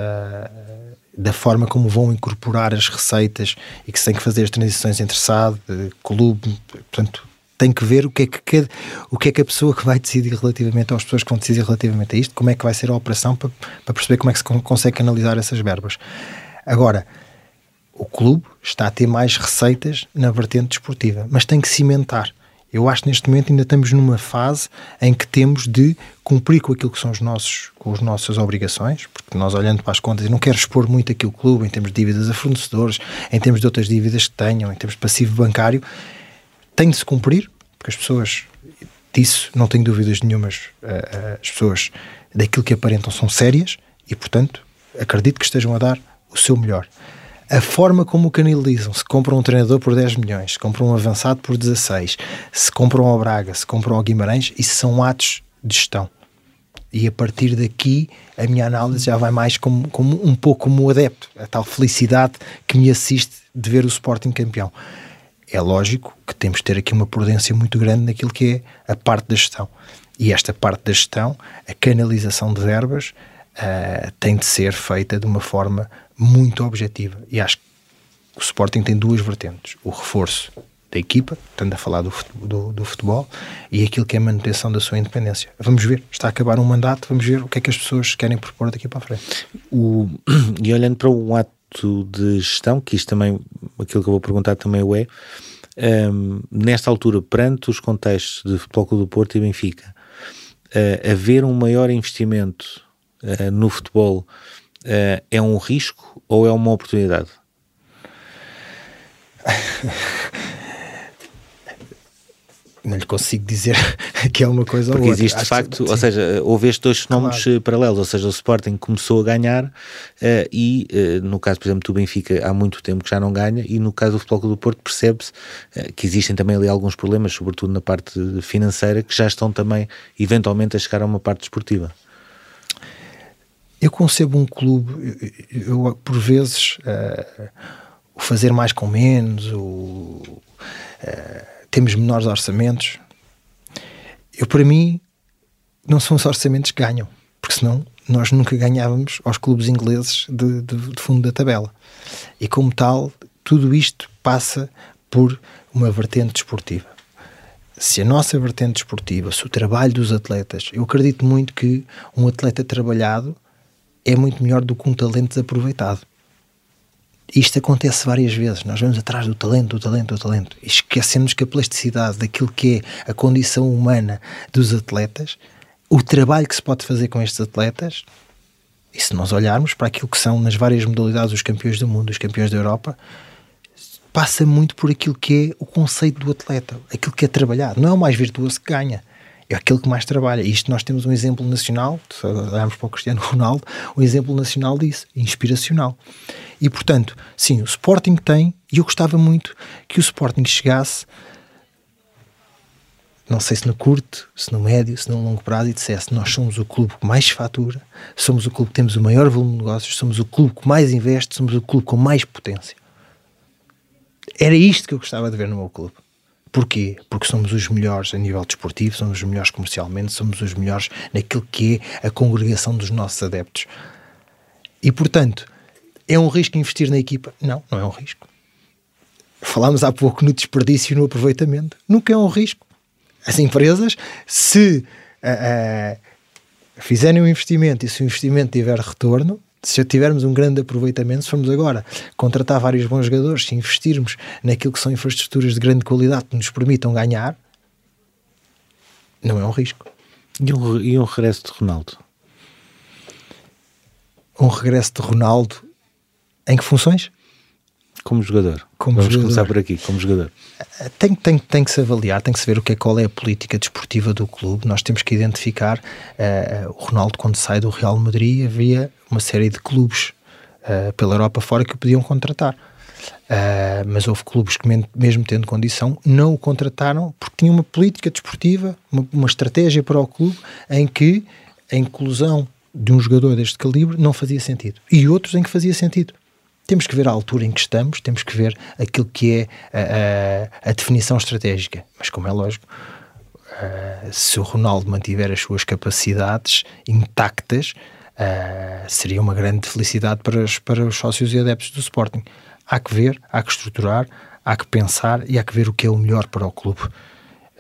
uh, da forma como vão incorporar as receitas e que se tem que fazer as transições entre S A D, clube, portanto tem que ver o que é que, cada, o que é que a pessoa que vai decidir relativamente, às pessoas que vão decidir relativamente a isto, como é que vai ser a operação para, para perceber como é que se consegue canalizar essas verbas. Agora, o clube está a ter mais receitas na vertente desportiva, mas tem que cimentar. Eu acho que neste momento ainda estamos numa fase em que temos de cumprir com aquilo que são os nossos, com as nossas obrigações, porque nós olhando para as contas, eu não quero expor muito aqui o clube em termos de dívidas a fornecedores, em termos de outras dívidas que tenham, em termos de passivo bancário, tem de se cumprir, porque as pessoas, disso não tenho dúvidas nenhumas, as pessoas daquilo que aparentam são sérias e, portanto, acredito que estejam a dar o seu melhor. A forma como o canalizam, se compram um treinador por dez milhões, se compram um avançado por dezasseis, se compram ao Braga, se compram ao Guimarães, isso são atos de gestão. E a partir daqui a minha análise já vai mais como, como um pouco como adepto, a tal felicidade que me assiste de ver o Sporting campeão. É lógico que temos de ter aqui uma prudência muito grande naquilo que é a parte da gestão. E esta parte da gestão, a canalização de verbas, uh, tem de ser feita de uma forma muito objetiva. E acho que o Sporting tem duas vertentes. O reforço da equipa, estando a falar do futebol, do, do futebol, e aquilo que é a manutenção da sua independência. Vamos ver, está a acabar um mandato, vamos ver o que é que as pessoas querem propor daqui para a frente. O, e olhando para o ato de gestão, que isto também, aquilo que eu vou perguntar também o é, um, nesta altura, perante os contextos de Futebol Clube do Porto e Benfica, uh, haver um maior investimento uh, no futebol uh, é um risco ou é uma oportunidade? Não lhe consigo dizer que é uma coisa Porque ou outra. existe de facto, que, ou seja, houve estes dois fenómenos claro. paralelos, ou seja, o Sporting começou a ganhar uh, e, uh, no caso, por exemplo, do Benfica, há muito tempo que já não ganha, e no caso do Futebol Clube do Porto percebe-se uh, que existem também ali alguns problemas, sobretudo na parte financeira, que já estão também, eventualmente, a chegar a uma parte desportiva. Eu concebo um clube, eu, eu por vezes, uh, o fazer mais com menos, o... Uh, temos menores orçamentos. Eu, para mim, não são os orçamentos que ganham, porque senão nós nunca ganhávamos aos clubes ingleses de, de, de fundo da tabela. E como tal, tudo isto passa por uma vertente desportiva. Se a nossa vertente desportiva, se o trabalho dos atletas, eu acredito muito que um atleta trabalhado é muito melhor do que um talento desaproveitado. Isto acontece várias vezes, nós vamos atrás do talento, do talento, do talento, e esquecemos que a plasticidade daquilo que é a condição humana dos atletas, o trabalho que se pode fazer com estes atletas, e se nós olharmos para aquilo que são nas várias modalidades os campeões do mundo, os campeões da Europa, passa muito por aquilo que é o conceito do atleta, aquilo que é trabalhado, não é o mais virtuoso que ganha, é aquele que mais trabalha. E isto nós temos um exemplo nacional, se olharmos para o Cristiano Ronaldo, um exemplo nacional disso, inspiracional. E portanto, sim, o Sporting tem, e eu gostava muito que o Sporting chegasse, não sei se no curto, se no médio, se no longo prazo, e dissesse: nós somos o clube que mais fatura, somos o clube que temos o maior volume de negócios, somos o clube que mais investe, somos o clube com mais potência. Era isto que eu gostava de ver no meu clube. Porquê? Porque somos os melhores a nível desportivo, somos os melhores comercialmente, somos os melhores naquilo que é a congregação dos nossos adeptos. E, portanto, é um risco investir na equipa? Não, não é um risco. Falámos há pouco no desperdício e no aproveitamento. Nunca é um risco. As empresas, se uh, uh, fizerem um investimento e se o investimento tiver retorno, se tivermos um grande aproveitamento, se formos agora contratar vários bons jogadores, se investirmos naquilo que são infraestruturas de grande qualidade que nos permitam ganhar, não é um risco. E um, e um regresso de Ronaldo? Um regresso de Ronaldo em que funções? Como jogador. Como Vamos jogador. começar por aqui, como jogador. Tem, tem, tem que se avaliar, tem que se ver o que é, qual é a política desportiva do clube. Nós temos que identificar uh, o Ronaldo, quando sai do Real Madrid, havia uma série de clubes uh, pela Europa fora que o podiam contratar. Uh, mas houve clubes que, mesmo tendo condição, não o contrataram porque tinham uma política desportiva, uma, uma estratégia para o clube em que a inclusão de um jogador deste calibre não fazia sentido. E outros em que fazia sentido. Temos que ver a altura em que estamos, temos que ver aquilo que é a, a, a definição estratégica. Mas, como é lógico, uh, se o Ronaldo mantiver as suas capacidades intactas, uh, seria uma grande felicidade para os, para os sócios e adeptos do Sporting. Há que ver, há que estruturar, há que pensar e há que ver o que é o melhor para o clube. Uh,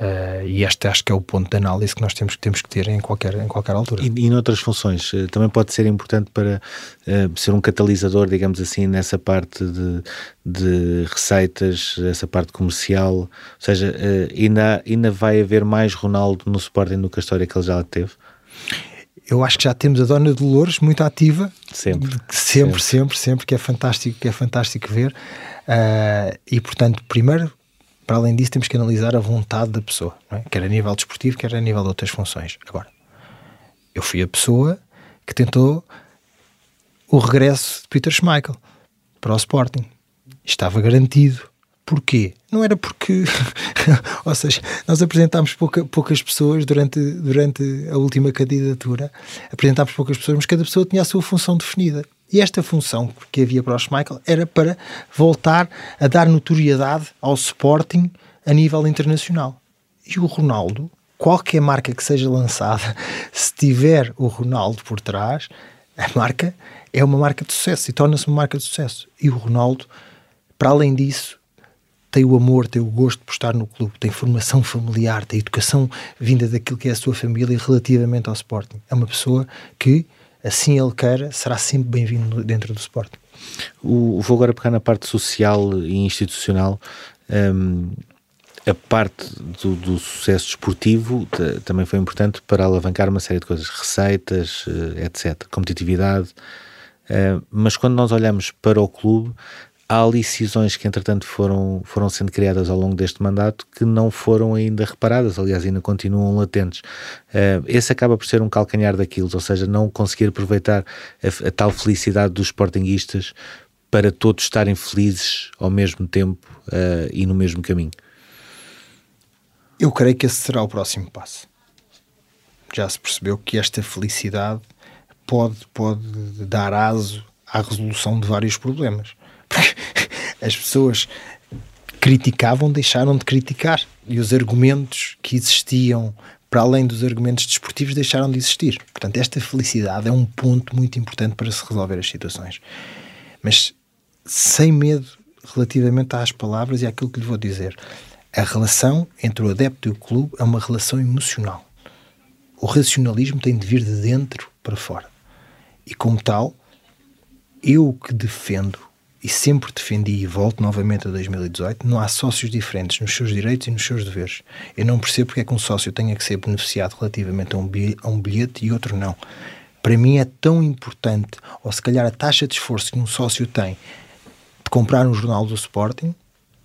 Uh, e este acho que é o ponto de análise que nós temos, temos que ter em qualquer, em qualquer altura. E, e noutras funções, uh, também pode ser importante para uh, ser um catalisador, digamos assim, nessa parte de, de receitas, essa parte comercial, ou seja, uh, ainda, ainda vai haver mais Ronaldo no Sporting do que a história que ele já teve? Eu acho que já temos a Dona Dolores muito ativa, sempre, sempre, sempre, sempre, sempre que é fantástico, que é fantástico ver, uh, e portanto, primeiro, para além disso, temos que analisar a vontade da pessoa, não é? Quer a nível desportivo, quer a nível de outras funções. Agora, eu fui a pessoa que tentou o regresso de Peter Schmeichel para o Sporting. Estava garantido. Porquê? Não era porque... ou seja, nós apresentámos pouca, poucas pessoas durante, durante a última candidatura. Apresentámos poucas pessoas, mas cada pessoa tinha a sua função definida. E esta função que havia para o Schmeichel era para voltar a dar notoriedade ao Sporting a nível internacional. E o Ronaldo, qualquer marca que seja lançada, se tiver o Ronaldo por trás, a marca é uma marca de sucesso e torna-se uma marca de sucesso. E o Ronaldo, para além disso, tem o amor, tem o gosto por estar no clube, tem formação familiar, tem educação vinda daquilo que é a sua família relativamente ao Sporting. É uma pessoa que, assim ele queira, será sempre bem-vindo dentro do Sporting. O, vou agora pegar na parte social e institucional. Um, a parte do, do sucesso desportivo t- também foi importante para alavancar uma série de coisas, receitas, uh, etcétera, competitividade. Uh, mas quando nós olhamos para o clube, há ali decisões que entretanto foram, foram sendo criadas ao longo deste mandato que não foram ainda reparadas, aliás ainda continuam latentes. Uh, esse acaba por ser um calcanhar daquilo, ou seja, não conseguir aproveitar a, a tal felicidade dos sportinguistas para todos estarem felizes ao mesmo tempo uh, e no mesmo caminho. Eu creio que esse será o próximo passo. Já se percebeu que esta felicidade pode, pode dar aso à resolução de vários problemas. As pessoas criticavam, deixaram de criticar, e os argumentos que existiam para além dos argumentos desportivos deixaram de existir. Portanto, esta felicidade é um ponto muito importante para se resolver as situações, mas sem medo relativamente às palavras e àquilo que lhe vou dizer. A relação entre o adepto e o clube é uma relação emocional. O racionalismo tem de vir de dentro para fora, e como tal, eu que defendo e sempre defendi, e volto novamente a dois mil e dezoito, não há sócios diferentes nos seus direitos e nos seus deveres. Eu não percebo porque é que um sócio tenha que ser beneficiado relativamente a um bilhete, a um bilhete e outro não. Para mim é tão importante, ou se calhar a taxa de esforço que um sócio tem de comprar um jornal do Sporting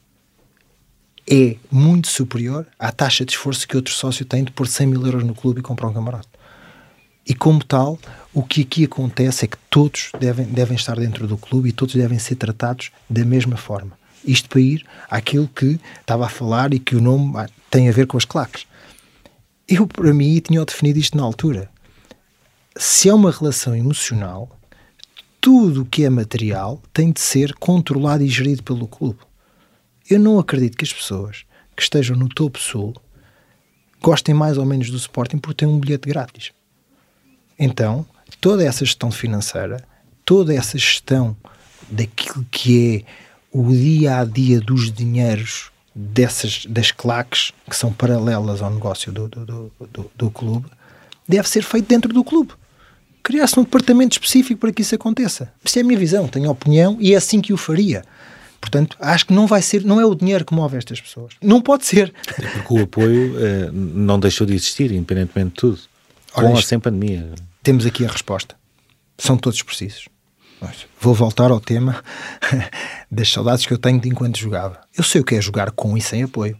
é muito superior à taxa de esforço que outro sócio tem de pôr cem mil euros no clube e comprar um camarote. E como tal, o que aqui acontece é que todos devem, devem estar dentro do clube e todos devem ser tratados da mesma forma. Isto para ir àquilo que estava a falar e que o nome tem a ver com as claques. Eu, para mim, tinha definido isto na altura. Se é uma relação emocional, tudo o que é material tem de ser controlado e gerido pelo clube. Eu não acredito que as pessoas que estejam no topo sul gostem mais ou menos do Sporting por ter um bilhete grátis. Então, toda essa gestão financeira, toda essa gestão daquilo que é o dia-a-dia dos dinheiros dessas, das claques que são paralelas ao negócio do, do, do, do, do clube, deve ser feito dentro do clube. Criar-se um departamento específico para que isso aconteça. Isso é a minha visão, tenho opinião e é assim que o faria. Portanto, acho que não vai ser, não é o dinheiro que move estas pessoas. Não pode ser. Até porque o apoio uh, não deixou de existir, independentemente de tudo. Com ou sem pandemia. Temos aqui a resposta. São todos precisos. Vou voltar ao tema das saudades que eu tenho de enquanto jogava. Eu sei o que é jogar com e sem apoio.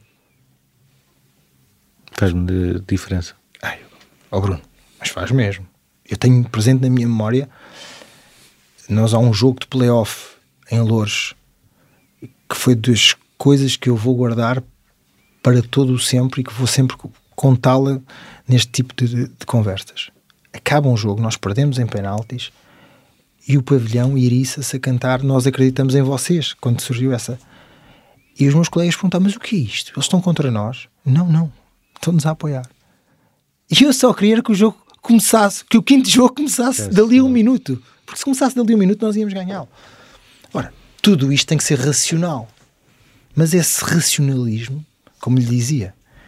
Faz-me diferença. Ai, ó Bruno, mas faz mesmo. Eu tenho presente na minha memória, nós há um jogo de play-off em Loures, que foi das coisas que eu vou guardar para todo o sempre e que vou sempre contá-la neste tipo de, de conversas. Acaba um jogo, nós perdemos em penaltis e o pavilhão iriça-se a cantar "Nós acreditamos em vocês", quando surgiu essa. E os meus colegas perguntaram: mas o que é isto? Eles estão contra nós? Não, não. Estão-nos a apoiar. E eu só queria que o jogo começasse, que o quinto jogo começasse é, dali a um minuto. Porque se começasse dali a um minuto nós íamos ganhá-lo. Ora, tudo isto tem que ser racional. Mas esse racionalismo, como lhe dizia,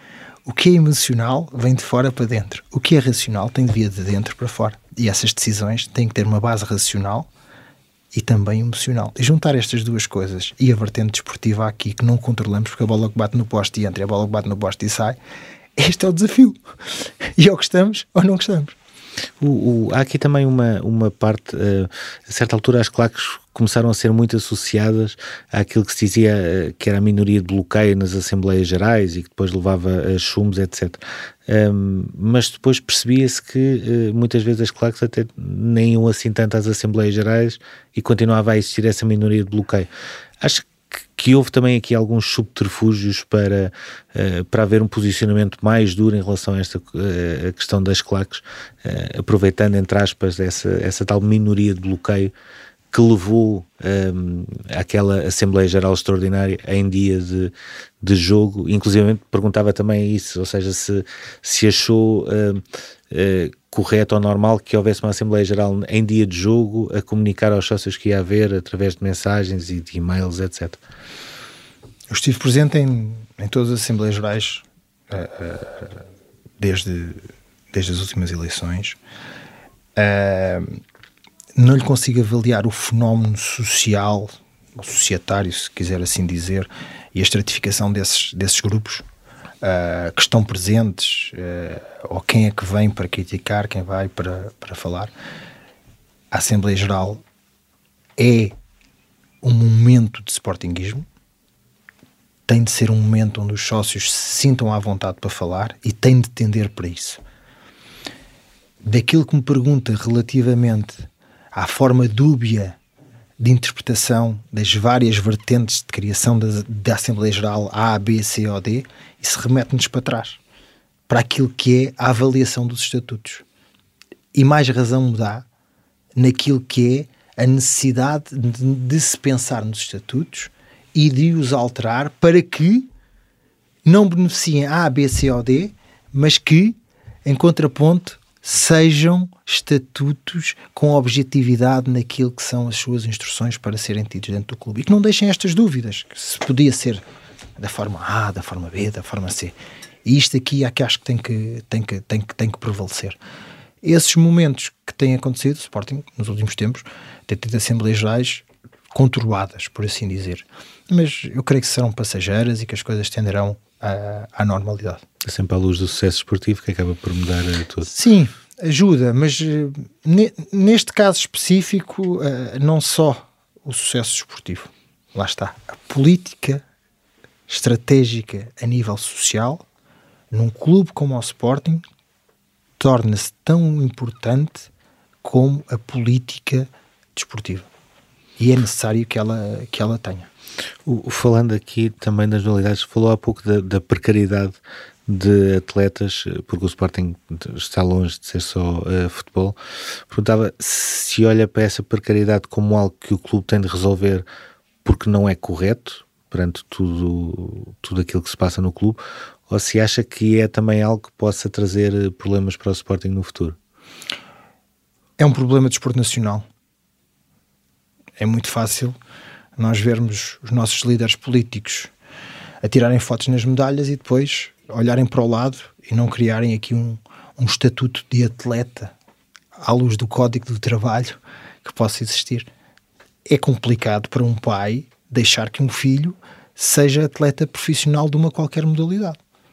O que é emocional vem de fora para dentro. O que é racional tem de vir de dentro para fora. E essas decisões têm que ter uma base racional e também emocional. E juntar estas duas coisas e a vertente desportiva aqui, que não controlamos, porque a bola que bate no poste e entra, a bola que bate no poste e sai, este é o desafio. E ou gostamos ou não gostamos. O, o, há aqui também uma, uma parte, uh, a certa altura as claques começaram a ser muito associadas àquilo que se dizia uh, que era a minoria de bloqueio nas Assembleias Gerais e que depois levava a chumos, etcétera. Um, mas depois percebia-se que uh, muitas vezes as claques até nem iam assim tanto às Assembleias Gerais e continuava a existir essa minoria de bloqueio. Acho que que houve também aqui alguns subterfúgios para, uh, para haver um posicionamento mais duro em relação a esta uh, a questão das claques, uh, aproveitando, entre aspas, essa, essa tal minoria de bloqueio que levou um, àquela Assembleia Geral Extraordinária em dia de, de jogo. Inclusive perguntava também isso, ou seja, se, se achou uh, uh, correto ou normal que houvesse uma Assembleia Geral em dia de jogo a comunicar aos sócios que ia haver através de mensagens e de e-mails, etcétera. Eu estive presente em, em todas as Assembleias Gerais uh, uh, desde, desde as últimas eleições. Uh, não lhe consigo avaliar o fenómeno social, ou societário, se quiser assim dizer, e a estratificação desses, desses grupos uh, que estão presentes, uh, ou quem é que vem para criticar, quem vai para, para falar. A Assembleia Geral é um momento de sportinguismo, tem de ser um momento onde os sócios se sintam à vontade para falar e tem de tender para isso. Daquilo que me pergunta relativamente à forma dúbia de interpretação das várias vertentes de criação da, da Assembleia Geral A, B, C ou D, isso remete-nos para trás, para aquilo que é a avaliação dos estatutos. E mais razão me dá naquilo que é a necessidade de, de se pensar nos estatutos e de os alterar para que não beneficiem A, B, C ou D, mas que, em contraponto, sejam estatutos com objetividade naquilo que são as suas instruções para serem tidos dentro do clube. E que não deixem estas dúvidas, se podia ser da forma A, da forma B, da forma C. E isto aqui é que acho que tem que, tem que, tem que, tem que prevalecer. Esses momentos que têm acontecido, o Sporting, nos últimos tempos, tem tido Assembleias Gerais conturbadas, por assim dizer. Mas eu creio que serão passageiras e que as coisas tenderão à, à normalidade. É sempre à luz do sucesso esportivo que acaba por mudar tudo. Sim, ajuda, mas ne, neste caso específico, uh, não só o sucesso esportivo. Lá está. A política estratégica a nível social, num clube como o Sporting, torna-se tão importante como a política desportiva. E é necessário que ela, que ela tenha. O, falando aqui também das dualidades, falou há pouco da, da precariedade de atletas, porque o Sporting está longe de ser só uh, futebol. Perguntava se olha para essa precariedade como algo que o clube tem de resolver porque não é correto perante tudo, tudo aquilo que se passa no clube, ou se acha que é também algo que possa trazer problemas para o Sporting no futuro. É um problema de desporto nacional. É muito fácil nós vermos os nossos líderes políticos a tirarem fotos nas medalhas e depois olharem para o lado e não criarem aqui um, um estatuto de atleta à luz do Código do Trabalho que possa existir. É complicado para um pai deixar que um filho seja atleta profissional de uma qualquer modalidade,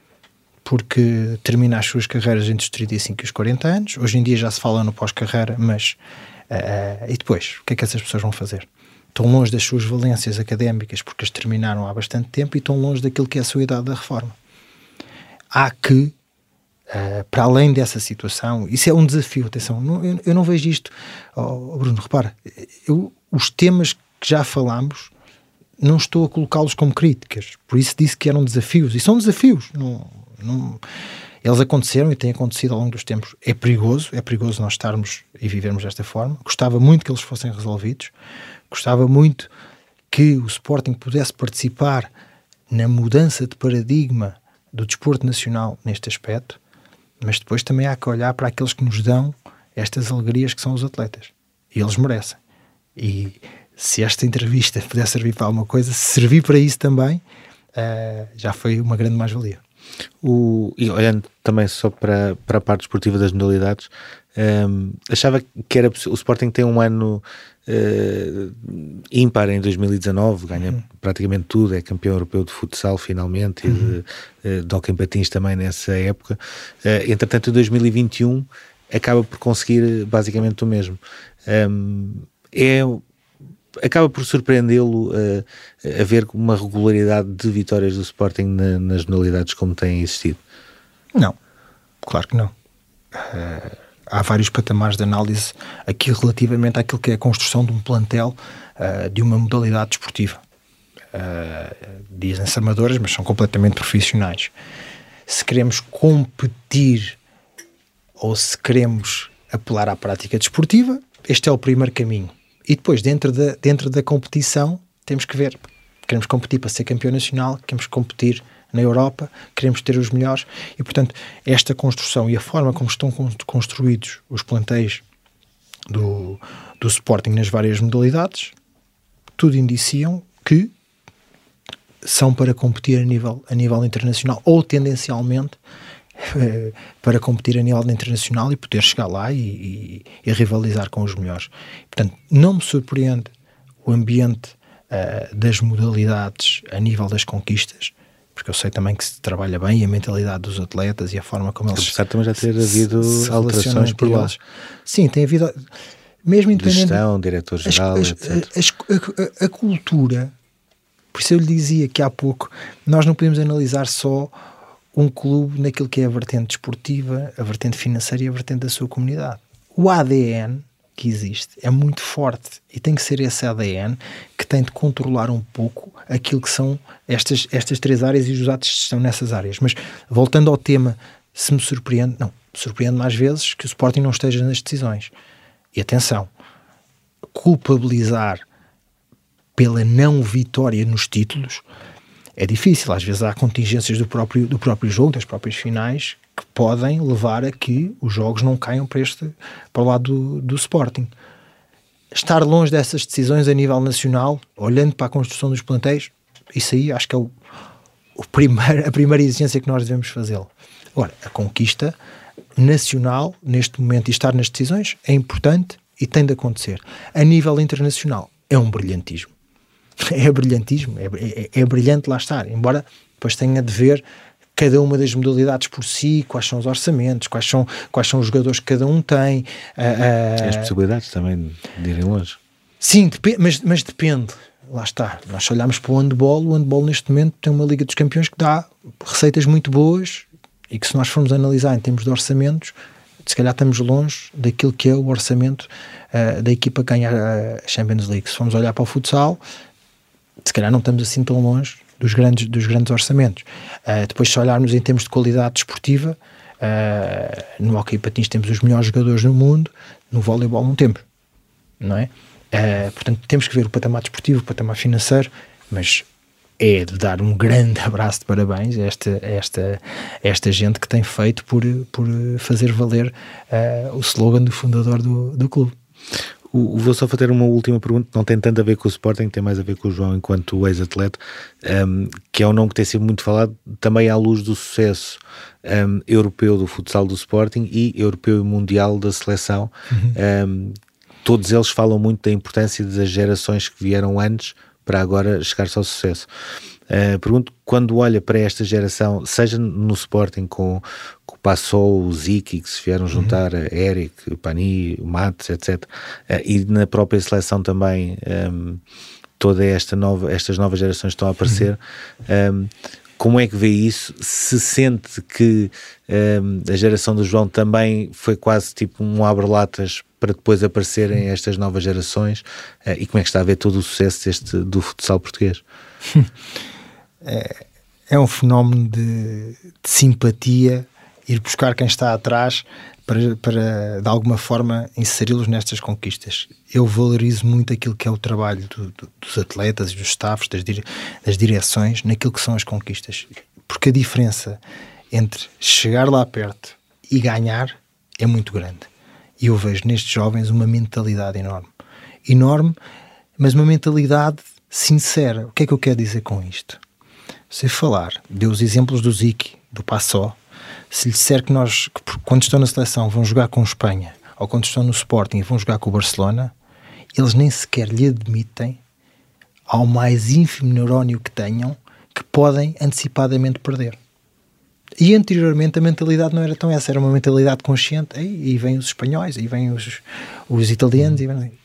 porque termina as suas carreiras entre os trinta e cinco e os quarenta anos. Hoje em dia já se fala no pós-carreira, mas uh, e depois? O que é que essas pessoas vão fazer? Estão longe das suas valências académicas porque as terminaram há bastante tempo e estão longe daquilo que é a sua idade da reforma. Há que, uh, para além dessa situação, isso é um desafio, atenção, não, eu, eu não vejo isto, oh, Bruno, repara, eu, os temas que já falámos, não estou a colocá-los como críticas, por isso disse que eram desafios, e são desafios, não, não, eles aconteceram e têm acontecido ao longo dos tempos. É perigoso, é perigoso nós estarmos e vivermos desta forma. Gostava muito que eles fossem resolvidos, gostava muito que o Sporting pudesse participar na mudança de paradigma do desporto nacional neste aspecto, mas depois também há que olhar para aqueles que nos dão estas alegrias que são os atletas, e eles merecem. E se esta entrevista puder servir para alguma coisa, se servir para isso também, uh, já foi uma grande mais-valia. O, e olhando também só para, para a parte esportiva das modalidades, um, achava que era o Sporting tem um ano uh, ímpar em dois mil e dezanove, ganha uhum. praticamente tudo, é campeão europeu de futsal finalmente, uhum. e de, de hóquei em patins também nessa época. Uh, entretanto, em dois mil e vinte e um acaba por conseguir basicamente o mesmo. Um, é acaba por surpreendê-lo uh, a ver uma regularidade de vitórias do Sporting na, nas modalidades como tem existido? Não, claro que não. Uh, há vários patamares de análise aqui relativamente àquilo que é a construção de um plantel uh, de uma modalidade desportiva. Uh, dizem-se amadoras, mas são completamente profissionais. Se queremos competir ou se queremos apelar à prática desportiva, este é o primeiro caminho. E depois, dentro da, dentro da competição, temos que ver. Queremos competir para ser campeão nacional, queremos competir na Europa, queremos ter os melhores. E, portanto, esta construção e a forma como estão construídos os plantéis do, do Sporting nas várias modalidades, tudo indiciam que são para competir a nível, a nível internacional, ou tendencialmente para competir a nível internacional e poder chegar lá e, e, e rivalizar com os melhores. Portanto, não me surpreende o ambiente uh, das modalidades a nível das conquistas, porque eu sei também que se trabalha bem, e a mentalidade dos atletas e a forma como eles... Apesar de também já ter havido se alterações por lá. Sim, tem havido... Mesmo independente... Gestão, diretor-geral, as, etcétera. As, a, a, a cultura, por isso eu lhe dizia que há pouco, nós não podemos analisar só um clube naquilo que é a vertente desportiva, a vertente financeira e a vertente da sua comunidade. O A D N que existe é muito forte e tem que ser esse A D N que tem de controlar um pouco aquilo que são estas, estas três áreas e os atos que estão nessas áreas. Mas voltando ao tema, se me surpreende, não, me surpreende mais vezes que o Sporting não esteja nas decisões. E atenção, culpabilizar pela não vitória nos títulos é difícil. Às vezes há contingências do próprio, do próprio jogo, das próprias finais, que podem levar a que os jogos não caiam para, este, para o lado do, do Sporting. Estar longe dessas decisões a nível nacional, olhando para a construção dos plantéis, isso aí acho que é o, o primeiro, a primeira exigência que nós devemos fazê-lo. Agora, a conquista nacional, neste momento, e estar nas decisões, é importante e tem de acontecer. A nível internacional, é um brilhantismo. É brilhantismo, é, é, é brilhante lá estar, embora depois tenha de ver cada uma das modalidades por si, quais são os orçamentos, quais são, quais são os jogadores que cada um tem. Uh, uh, As possibilidades também de irem longe. Sim, dep- mas, mas depende. Lá está. Nós se olharmos para o handball, o handball neste momento tem uma Liga dos Campeões que dá receitas muito boas e que, se nós formos analisar em termos de orçamentos, se calhar estamos longe daquilo que é o orçamento uh, da equipa que ganha a Champions League. Se formos olhar para o futsal, se calhar não estamos assim tão longe dos grandes, dos grandes orçamentos. Uh, depois, se olharmos em termos de qualidade desportiva, uh, no hóquei patins temos os melhores jogadores no mundo, no voleibol não temos, não é? Uh, portanto, temos que ver o patamar desportivo, o patamar financeiro, mas é de dar um grande abraço de parabéns a esta, a esta, a esta gente que tem feito por, por fazer valer uh, o slogan do fundador do, do clube. O, vou só fazer uma última pergunta, não tem tanto a ver com o Sporting, tem mais a ver com o João enquanto ex-atleta, um, que é um nome que tem sido muito falado, também à luz do sucesso um, europeu do futsal do Sporting e europeu e mundial da seleção. Uhum. Um, todos eles falam muito da importância das gerações que vieram antes para agora chegar-se ao sucesso. Uh, pergunto, quando olha para esta geração, seja no Sporting com, com o Passou, o Ziki, que se vieram juntar, uhum. a Eric, o Pani, o Matos, etcétera, uh, e na própria seleção também, um, toda esta nova, estas novas gerações estão a aparecer, uhum. um, como é que vê isso? Se sente que um, a geração do João também foi quase tipo um abre-latas para depois aparecerem estas novas gerações, uh, e como é que está a ver todo o sucesso deste, do futsal português? É, é um fenómeno de, de simpatia, ir buscar quem está atrás para, para de alguma forma inseri-los nestas conquistas. Eu valorizo muito aquilo que é o trabalho do, do, dos atletas e dos staffs, das, dire, das direções, naquilo que são as conquistas, porque a diferença entre chegar lá perto e ganhar é muito grande, e eu vejo nestes jovens uma mentalidade enorme enorme, mas uma mentalidade sincera. O que é que eu quero dizer com isto? Você falar, deu os exemplos do Ziki, do Passó, se lhe disser que nós, que quando estão na seleção, vão jogar com Espanha, ou quando estão no Sporting e vão jogar com o Barcelona, eles nem sequer lhe admitem, ao mais ínfimo neurónio que tenham, que podem antecipadamente perder. E anteriormente a mentalidade não era tão essa, era uma mentalidade consciente. E, e vêm os espanhóis, e vêm os, os italianos. E, vem,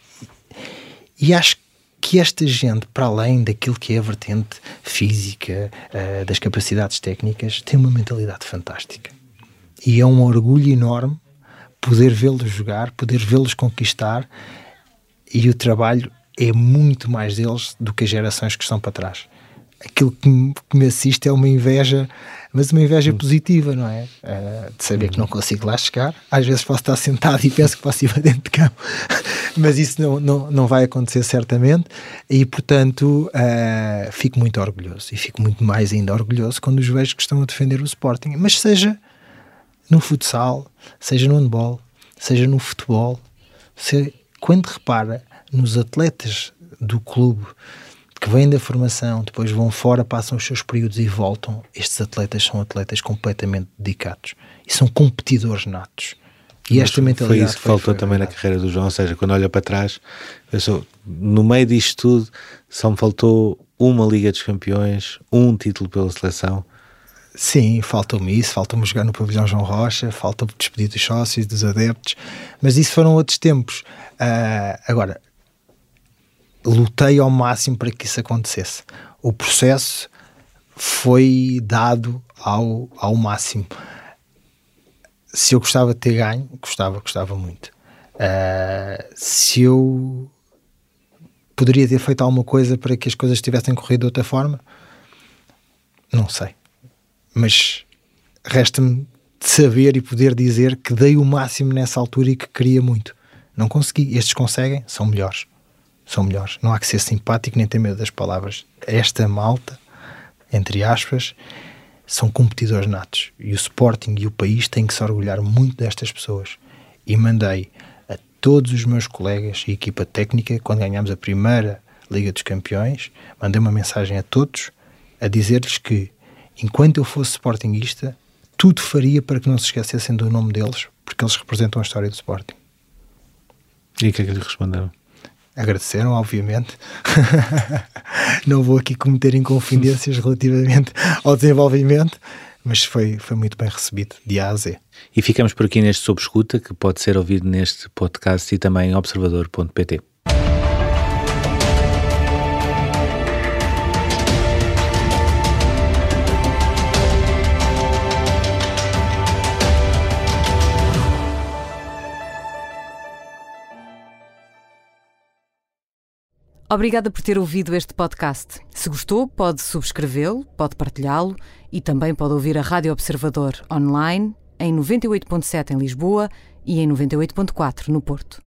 e acho que esta gente, para além daquilo que é a vertente física, uh, das capacidades técnicas, tem uma mentalidade fantástica. E é um orgulho enorme poder vê-los jogar, poder vê-los conquistar, e o trabalho é muito mais deles do que as gerações que estão para trás. Aquilo que me, que me assiste é uma inveja, mas uma inveja positiva, não é? Uh, de saber que não consigo lá chegar. Às vezes posso estar sentado e penso que posso ir para dentro de campo, mas isso não, não, não vai acontecer certamente, e portanto uh, fico muito orgulhoso, e fico muito mais ainda orgulhoso quando os vejo que estão a defender o Sporting, mas seja no futsal, seja no handball, seja no futebol, se, quando repara nos atletas do clube que vêm da formação, depois vão fora, passam os seus períodos e voltam, estes atletas são atletas completamente dedicados e são competidores natos. E mas esta mentalidade foi isso que foi, faltou foi também verdade. na carreira do João, ou seja, quando olha para trás, eu sou, no meio disto tudo, só me faltou uma Liga dos Campeões, um título pela seleção. Sim, faltou-me isso, faltou-me jogar no pavilhão João Rocha, faltou-me despedir dos sócios, dos adeptos, mas isso foram outros tempos. Uh, agora, lutei ao máximo para que isso acontecesse. O processo foi dado ao, ao máximo. Se eu gostava de ter ganho, gostava, gostava muito. Uh, se eu poderia ter feito alguma coisa para que as coisas tivessem corrido de outra forma, não sei. Mas resta-me de saber e poder dizer que dei o máximo nessa altura e que queria muito. Não consegui. Estes conseguem, são melhores. São melhores. Não há que ser simpático nem ter medo das palavras. Esta malta, entre aspas, são competidores natos. E o Sporting e o país têm que se orgulhar muito destas pessoas. E mandei a todos os meus colegas e equipa técnica, quando ganhámos a primeira Liga dos Campeões, mandei uma mensagem a todos a dizer-lhes que, enquanto eu fosse sportinguista, tudo faria para que não se esquecessem do nome deles, porque eles representam a história do Sporting. E o que é que lhe responderam? Agradeceram, obviamente. Não vou aqui cometer inconfidências relativamente ao desenvolvimento, mas foi, foi muito bem recebido, de A a Z. E ficamos por aqui neste Sob Escuta, que pode ser ouvido neste podcast e também em observador ponto pt. Obrigada por ter ouvido este podcast. Se gostou, pode subscrevê-lo, pode partilhá-lo e também pode ouvir a Rádio Observador online em noventa e oito ponto sete em Lisboa e em noventa e oito ponto quatro no Porto.